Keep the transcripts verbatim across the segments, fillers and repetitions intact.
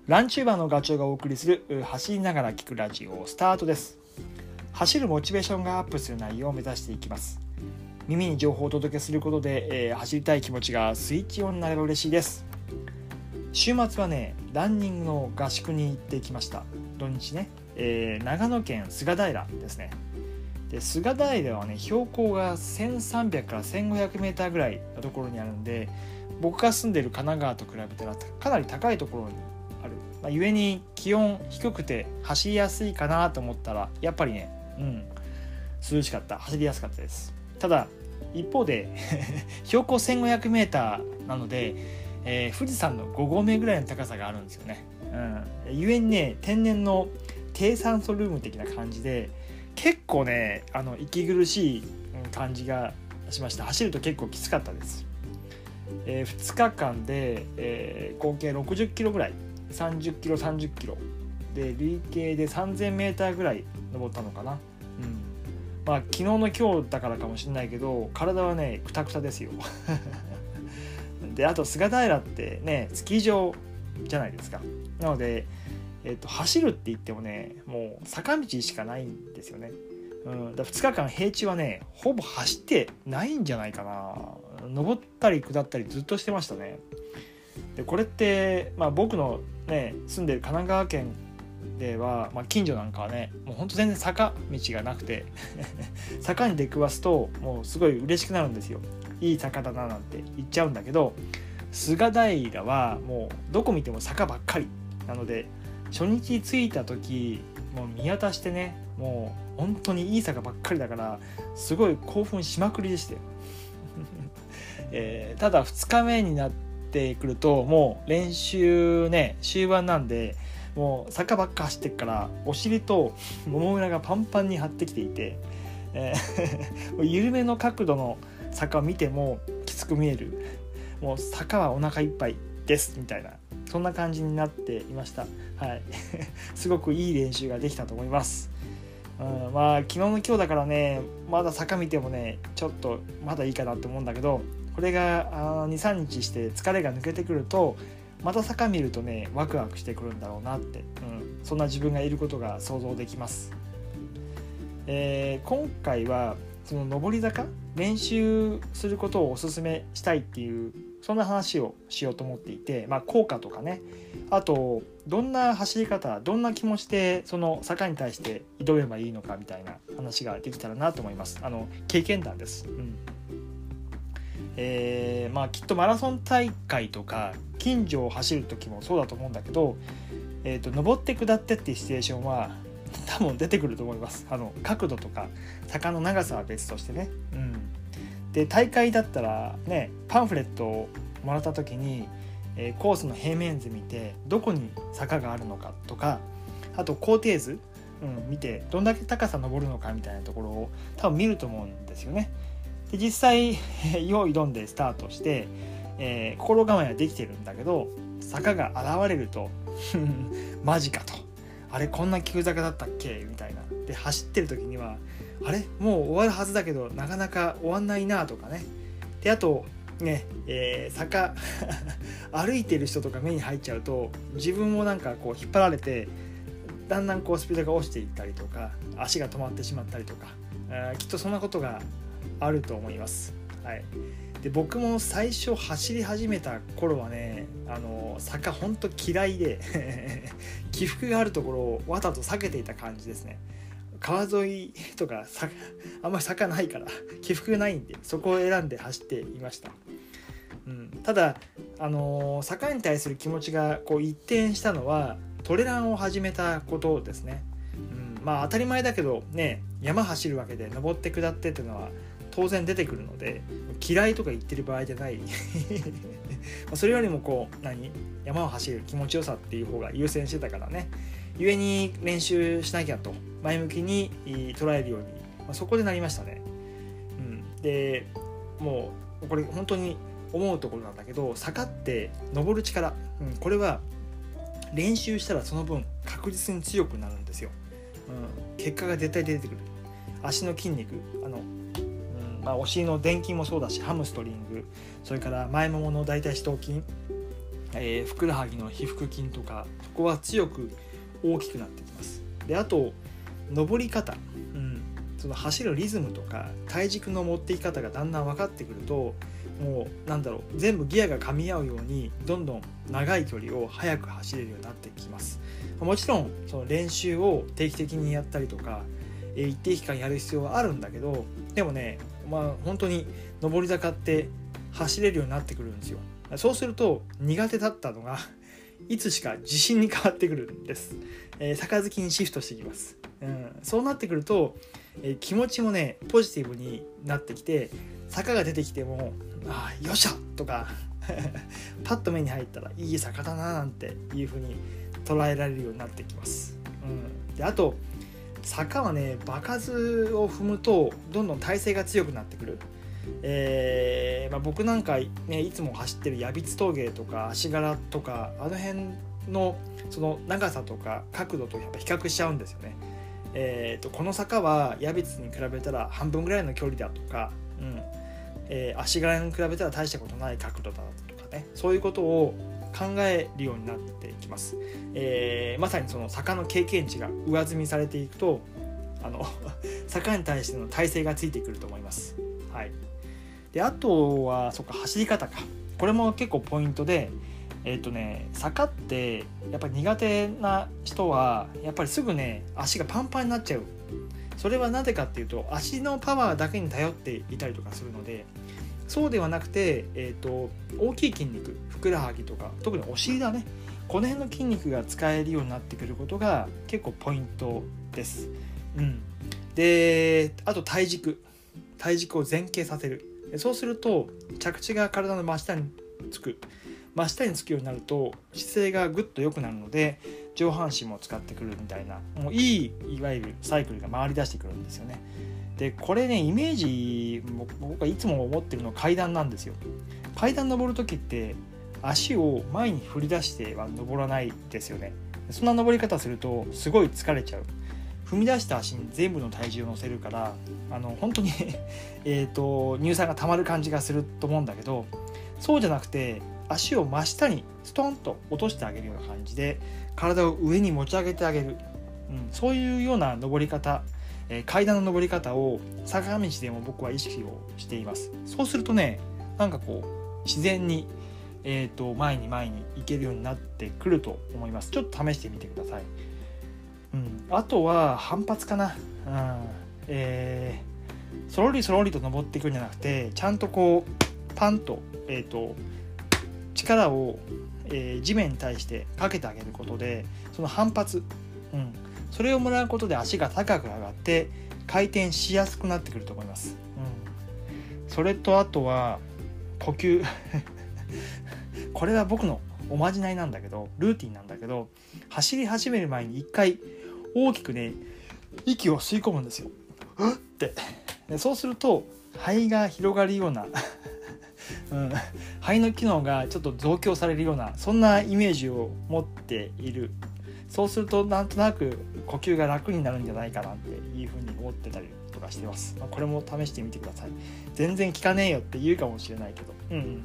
ランチューバーのガチョウがお送りする走りながら聞くラジオスタートです。走るモチベーションがアップする内容を目指していきます。耳に情報をお届けすることで、えー、走りたい気持ちがスイッチオンになれば嬉しいです。週末はねランニングの合宿に行ってきました。土日ね、えー、長野県菅平ですね。で菅平はね標高がせんさんびゃくからせんごひゃくメーターぐらいのところにあるんで、僕が住んでいる神奈川と比べたらかなり高いところにある、まあ、故に気温低くて走りやすいかなと思ったらやっぱりね、うん、涼しかった、走りやすかったです。ただ一方で標高せんごひゃくメーターなので、えー、富士山のご合目ぐらいの高さがあるんですよね。うん、故にね天然の低酸素ルーム的な感じで結構ねあの息苦しい感じがしました。走ると結構きつかったです。えー、ふつかかんで、えー、合計ろくじゅっキロぐらい、さんじゅっキロさんじゅっキロで累計でさんぜんメーターぐらい登ったのかな。うん、まあ昨日の今日だからかもしれないけど体はねクタクタですよであと菅平ってねスキー場じゃないですか。なので、えー、と走るって言ってもねもう坂道しかないんですよね。うん、だふつかかん平地はねほぼ走ってないんじゃないかな。登ったり下ったりずっとしてましたね。でこれって、まあ、僕の、ね、住んでる神奈川県では、まあ、近所なんかはねもうほんと全然坂道がなくて坂に出くわすともうすごい嬉しくなるんですよ。いい坂だななんて言っちゃうんだけど、菅平はもうどこ見ても坂ばっかりなので、初日着いた時もう見渡してねもう本当にいい坂ばっかりだからすごい興奮しまくりでしたよえー、ただふつかめになってくるともう練習ね終盤なんでもう坂ばっか走ってっからお尻ともも裏がパンパンに張ってきていて、えー、緩めの角度の坂を見てもきつく見える、もう坂はお腹いっぱいですみたいなそんな感じになっていました。はいすごくいい練習ができたと思います。うん、まあ昨日の今日だからねまだ坂見てもねちょっとまだいいかなって思うんだけど、これがにさんにちして疲れが抜けてくるとまた坂見るとねワクワクしてくるんだろうなって、うん、そんな自分がいることが想像できます。えー、今回はその上り坂練習することをお勧めしたいっていうそんな話をしようと思っていて、まあ効果とかね、あとどんな走り方どんな気持ちでその坂に対して挑めばいいのかみたいな話ができたらなと思います。あの経験談です。うんえー、まあきっとマラソン大会とか近所を走る時もそうだと思うんだけど、えーと、登って下ってっていうシチュエーションは多分出てくると思います。あの角度とか坂の長さは別としてね。うん、で大会だったらねパンフレットをもらった時に、えー、コースの平面図見てどこに坂があるのかとか、あと高低図、うん、見てどんだけ高さ登るのかみたいなところを多分見ると思うんですよね。で実際用意どんでスタートして、えー、心構えはできてるんだけど坂が現れるとマジかと、あれこんな急坂だったっけみたいなで走ってる時にはあれもう終わるはずだけどなかなか終わんないなとかね。であとね、えー、坂歩いてる人とか目に入っちゃうと自分もなんかこう引っ張られてだんだんこうスピードが落ちていったりとか足が止まってしまったりとか、あきっとそんなことがあると思います。はい、で僕も最初走り始めた頃はねあの坂ほんと嫌いで起伏があるところをわざと避けていた感じですね。川沿いとかあんまり坂ないから起伏がないんでそこを選んで走っていました。うん、ただ、あのー、坂に対する気持ちがこう一転したのはトレランを始めたことですね。うん、まあ当たり前だけどね山走るわけで登って下ってっていうのは当然出てくるので嫌いとか言ってる場合じゃないそれよりもこう何山を走る気持ちよさっていう方が優先してたからね、故に練習しなきゃと前向きに捉えるように、まあ、そこでなりましたね。うん、でもうこれ本当に思うところなんだけど坂って登る力、うん、これは練習したらその分確実に強くなるんですよ。うん、結果が絶対出てくる。足の筋肉あのまあ、お尻の臀筋もそうだしハムストリング、それから前ももの大腿四頭筋、 えー、ふくらはぎの腓腹筋とかそこは強く大きくなってきます。であと登り方、うん、その走るリズムとか体軸の持っていき方がだんだん分かってくると、もうなんだろう、全部ギアが噛み合うようにどんどん長い距離を速く走れるようになってきます。もちろんその練習を定期的にやったりとか一定期間やる必要はあるんだけど、でもね、まあ本当に上り坂って走れるようになってくるんですよ。そうすると苦手だったのがいつしか自信に変わってくるんです。えー、坂好きにシフトしていきます。うん、そうなってくると、えー、気持ちもねポジティブになってきて、坂が出てきてもあよっしゃとかパッと目に入ったらいい坂だななんていう風に捉えられるようになってきます。うん、であと坂はね場数を踏むとどんどん体勢が強くなってくる。えーまあ、僕なんか、ね、いつも走ってる矢櫃峠とか足柄とかあの辺のその長さとか角度とやっぱ比較しちゃうんですよね。えー、とこの坂は矢櫃に比べたら半分ぐらいの距離だとか、うんえー、足柄に比べたら大したことない角度だとかね、そういうことを考えるようになってきます。えー、まさにその坂の経験値が上積みされていくと、あの坂に対しての体勢がついてくると思います。はい、であとはそっか走り方か、これも結構ポイントで、えっとね坂ってやっぱり苦手な人はやっぱりすぐね足がパンパンになっちゃう。それはなぜかっていうと足のパワーだけに頼っていたりとかするので、そうではなくて、えっと大きい筋肉、ふくらはぎとか特にお尻だね、この辺の筋肉が使えるようになってくることが結構ポイントです。うん、であと体軸体軸を前傾させる。そうすると着地が体の真下につく真下につくようになると姿勢がぐっと良くなるので上半身も使ってくるみたいな、もういいいわゆるサイクルが回り出してくるんですよね。でこれねイメージも僕はいつも思ってるのは階段なんですよ。階段登る時って足を前に振り出しては登らないですよね。そんな登り方するとすごい疲れちゃう。踏み出した足に全部の体重を乗せるからあの本当にえと乳酸が溜まる感じがすると思うんだけど、そうじゃなくて足を真下にストンと落としてあげるような感じで体を上に持ち上げてあげる、うん、そういうような登り方、えー、階段の登り方を坂道でも僕は意識をしています。そうするとねなんかこう自然に、えー、と前に前に行けるようになってくると思います。ちょっと試してみてください。うん、あとは反発かな、うんえー、そろりそろりと登っていくんじゃなくてちゃんとこうパンと、えー、と力を、えー、地面に対してかけてあげることでその反発、うん、それをもらうことで足が高く上がって回転しやすくなってくると思います。うん、それとあとは呼吸これは僕のおまじないなんだけどルーティンなんだけど、走り始める前に一回大きくね息を吸い込むんですよ。うってでそうすると肺が広がるような、うん、肺の機能がちょっと増強されるようなそんなイメージを持っている。そうするとなんとなく呼吸が楽になるんじゃないかなっていうふうに思ってたりとかしてます。まあ、これも試してみてください。全然効かねえよって言うかもしれないけど、うんうんうん、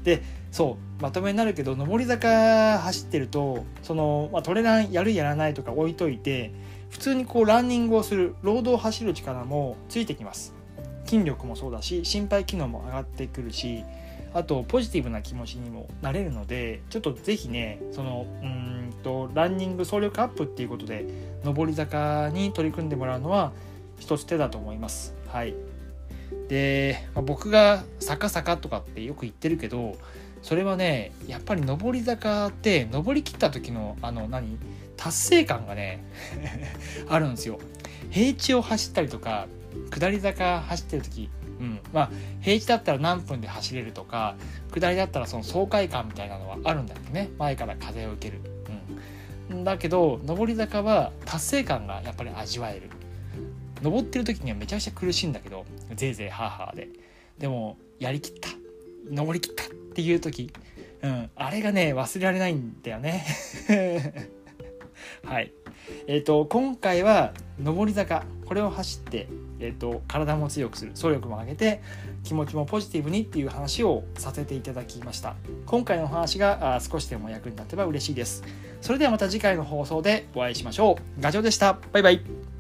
でそうまとめになるけど上り坂走ってるとその、まあ、トレランやるやらないとか置いといて普通にこうランニングをするロードを走る力もついてきます。筋力もそうだし心肺機能も上がってくるし、あとポジティブな気持ちにもなれるのでちょっとぜひねそのうーんとランニング走力アップっていうことで上り坂に取り組んでもらうのは一つ手だと思います。はい。で、まあ、僕が坂坂とかってよく言ってるけどそれはねやっぱり上り坂って上り切った時のあの何達成感がねあるんですよ。平地を走ったりとか下り坂走ってる時、うん、まあ平地だったら何分で走れるとか下りだったらその爽快感みたいなのはあるんだけどね、前から風を受ける、うん、だけど上り坂は達成感がやっぱり味わえる。登ってる時にはめちゃくちゃ苦しいんだけどぜいぜいハーハーででもやりきった登りきったっていう時、うん、あれがね忘れられないんだよねはい。えーと今回は上り坂これを走ってえーと、体も強くする、走力も上げて気持ちもポジティブにっていう話をさせていただきました。今回のお話が少しでも役に立てば嬉しいです。それではまた次回の放送でお会いしましょう。ガチョウでした。バイバイ。